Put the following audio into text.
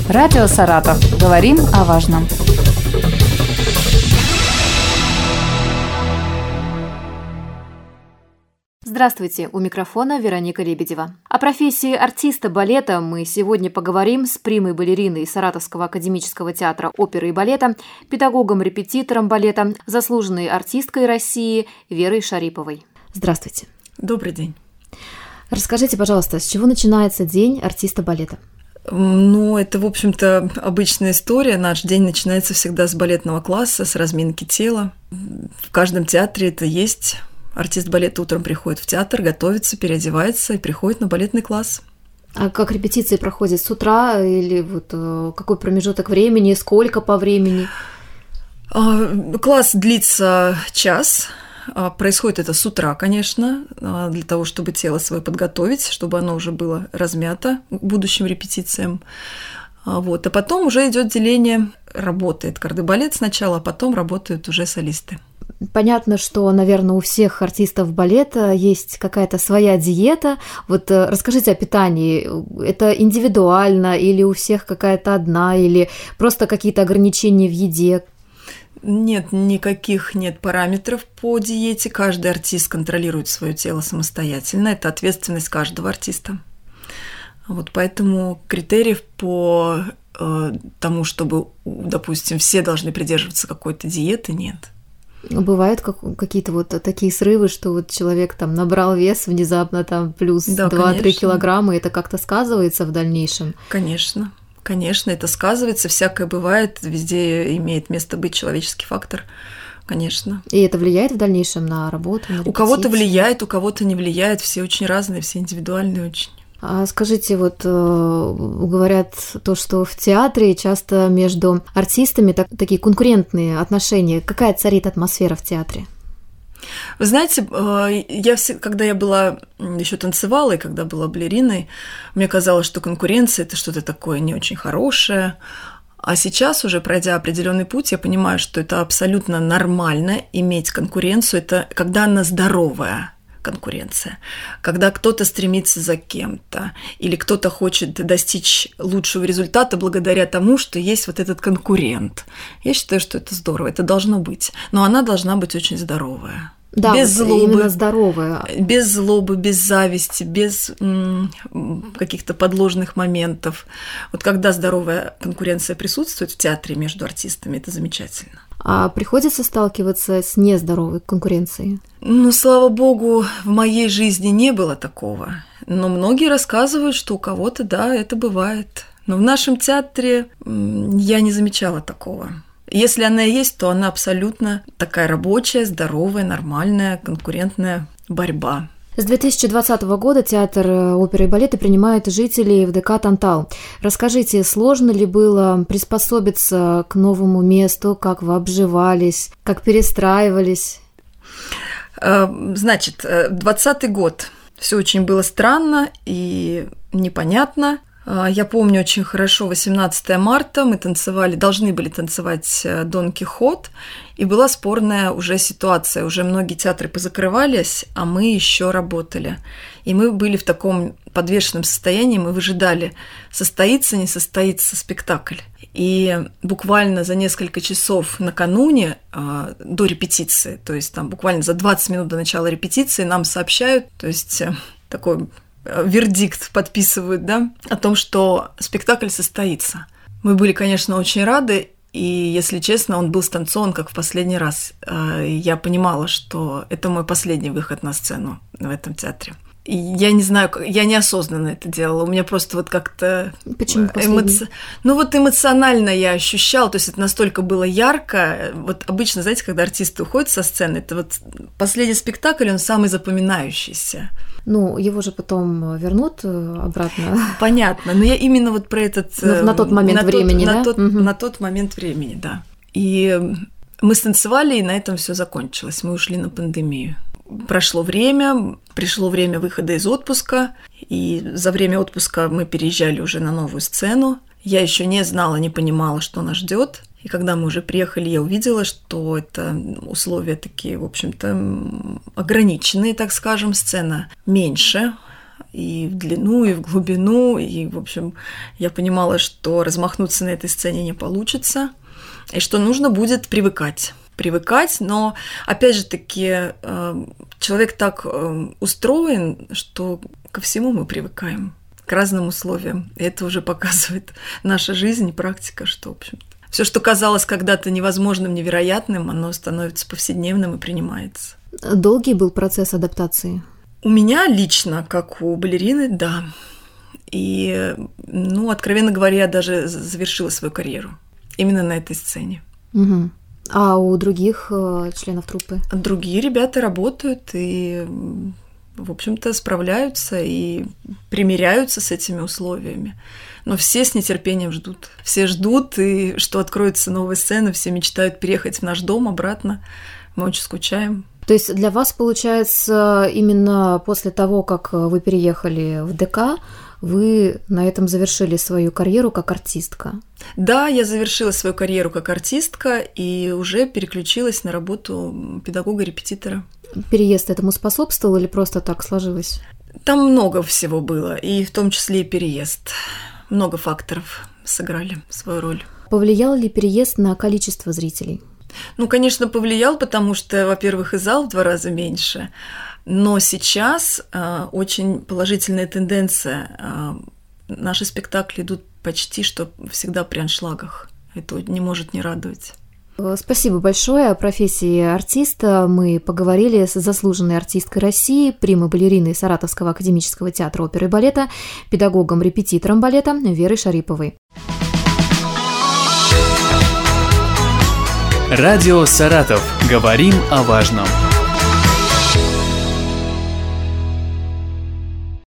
Радио «Саратов». Говорим о важном. Здравствуйте, у микрофона Вероника Лебедева. О профессии артиста балета мы сегодня поговорим с примой-балериной Саратовского академического театра оперы и балета, педагогом-репетитором балета, заслуженной артисткой России Верой Шариповой. Здравствуйте. Добрый день. Расскажите, пожалуйста, с чего начинается день артиста балета? Это, в общем-то, обычная история. Наш день начинается всегда с балетного класса, с разминки тела. В каждом театре это есть. Артист балета утром приходит в театр, готовится, переодевается и приходит на балетный класс. А как репетиции проходят с утра или какой промежуток времени, сколько по времени? Класс длится час. Происходит это с утра, конечно, для того, чтобы тело свое подготовить, чтобы оно уже было размято к будущим репетициям. А потом уже идет деление, работает кардебалет сначала, а потом работают уже солисты. Понятно, что, наверное, у всех артистов балета есть какая-то своя диета. Расскажите о питании. Это индивидуально или у всех какая-то одна, или просто какие-то ограничения в еде? Нет, никаких нет параметров по диете. Каждый артист контролирует свое тело самостоятельно. Это ответственность каждого артиста. Поэтому критериев по тому, чтобы, допустим, все должны придерживаться какой-то диеты, нет. Бывают какие-то такие срывы, что человек набрал вес внезапно, плюс 2-3 килограмма, и это как-то сказывается в дальнейшем? Конечно, это сказывается, всякое бывает, везде имеет место быть человеческий фактор, конечно. И это влияет в дальнейшем на работу, на репетиции? У кого-то влияет, у кого-то не влияет, все очень разные, все индивидуальные очень. А скажите, говорят то, что в театре часто между артистами такие конкурентные отношения. Какая царит атмосфера в театре? Вы знаете, когда я была еще танцевала, и когда была балериной, мне казалось, что конкуренция – это что-то такое не очень хорошее. А сейчас, уже пройдя определенный путь, я понимаю, что это абсолютно нормально иметь конкуренцию. Это когда она здоровая. Конкуренция, когда кто-то стремится за кем-то или кто-то хочет достичь лучшего результата благодаря тому, что есть этот конкурент. Я считаю, что это здорово, это должно быть, но она должна быть очень здоровая. Да, без злобы, именно здоровая. Без злобы, без зависти, без каких-то подложных моментов. Когда здоровая конкуренция присутствует в театре между артистами, это замечательно. А приходится сталкиваться с нездоровой конкуренцией? Слава богу, в моей жизни не было такого. Но многие рассказывают, что у кого-то, да, это бывает. Но в нашем театре я не замечала такого. Если она и есть, то она абсолютно такая рабочая, здоровая, нормальная, конкурентная борьба. С 2020 года театр оперы и балета принимает жителей в ДК «Тантал». Расскажите, сложно ли было приспособиться к новому месту, как вы обживались, как перестраивались? Значит, 2020 год. Все очень было странно и непонятно. Я помню очень хорошо 18 марта мы должны были танцевать Дон Кихот, и была спорная уже ситуация. Уже многие театры позакрывались, а мы еще работали. И мы были в таком подвешенном состоянии, мы выжидали, состоится, не состоится спектакль. И буквально за несколько часов накануне, до репетиции, то есть буквально за 20 минут до начала репетиции нам сообщают, то есть такой вердикт подписывают, да, о том, что спектакль состоится. Мы были, конечно, очень рады, и, если честно, он был станцован как в последний раз. Я понимала, что это мой последний выход на сцену в этом театре. И я не знаю, я неосознанно это делала. У меня просто как-то... Почему последний? Эмоционально я ощущала, то есть это настолько было ярко. Обычно, знаете, когда артисты уходят со сцены, это последний спектакль, он самый запоминающийся. Его же потом вернут обратно. Понятно, но я именно про этот... На тот момент времени, да? На тот момент времени, да. И мы станцевали, и на этом все закончилось. Мы ушли на пандемию. Пришло время выхода из отпуска, и за время отпуска мы переезжали уже на новую сцену. Я еще не знала, не понимала, что нас ждет. И когда мы уже приехали, я увидела, что это условия такие, в общем-то, ограниченные, так скажем, сцена меньше, и в длину, и в глубину, и, в общем, я понимала, что размахнуться на этой сцене не получится, и что нужно будет привыкать, но, опять же таки, человек так устроен, что ко всему мы привыкаем, к разным условиям, и это уже показывает наша жизнь и практика, что, в общем-то, все, что казалось когда-то невозможным, невероятным, оно становится повседневным и принимается. Долгий был процесс адаптации? У меня лично, как у балерины, да. И, откровенно говоря, я даже завершила свою карьеру именно на этой сцене. Угу. А у других членов труппы? Другие ребята работают и, в общем-то, справляются и примиряются с этими условиями. Но все с нетерпением ждут. Все ждут, и что откроется новая сцена, все мечтают переехать в наш дом обратно. Мы очень скучаем. То есть для вас, получается, именно после того, как вы переехали в ДК, вы на этом завершили свою карьеру как артистка? Да, я завершила свою карьеру как артистка и уже переключилась на работу педагога-репетитора. Переезд этому способствовал или просто так сложилось? Там много всего было, и в том числе и переезд. Много факторов сыграли свою роль. Повлиял ли переезд на количество зрителей? Конечно, повлиял, потому что, во-первых, и зал в 2 раза меньше, но сейчас очень положительная тенденция. Наши спектакли идут почти что всегда при аншлагах. Это не может не радовать. Спасибо большое. О профессии артиста мы поговорили с заслуженной артисткой России, примой-балериной Саратовского академического театра оперы и балета, педагогом-репетитором балета Верой Шариповой. Радио «Саратов». Говорим о важном.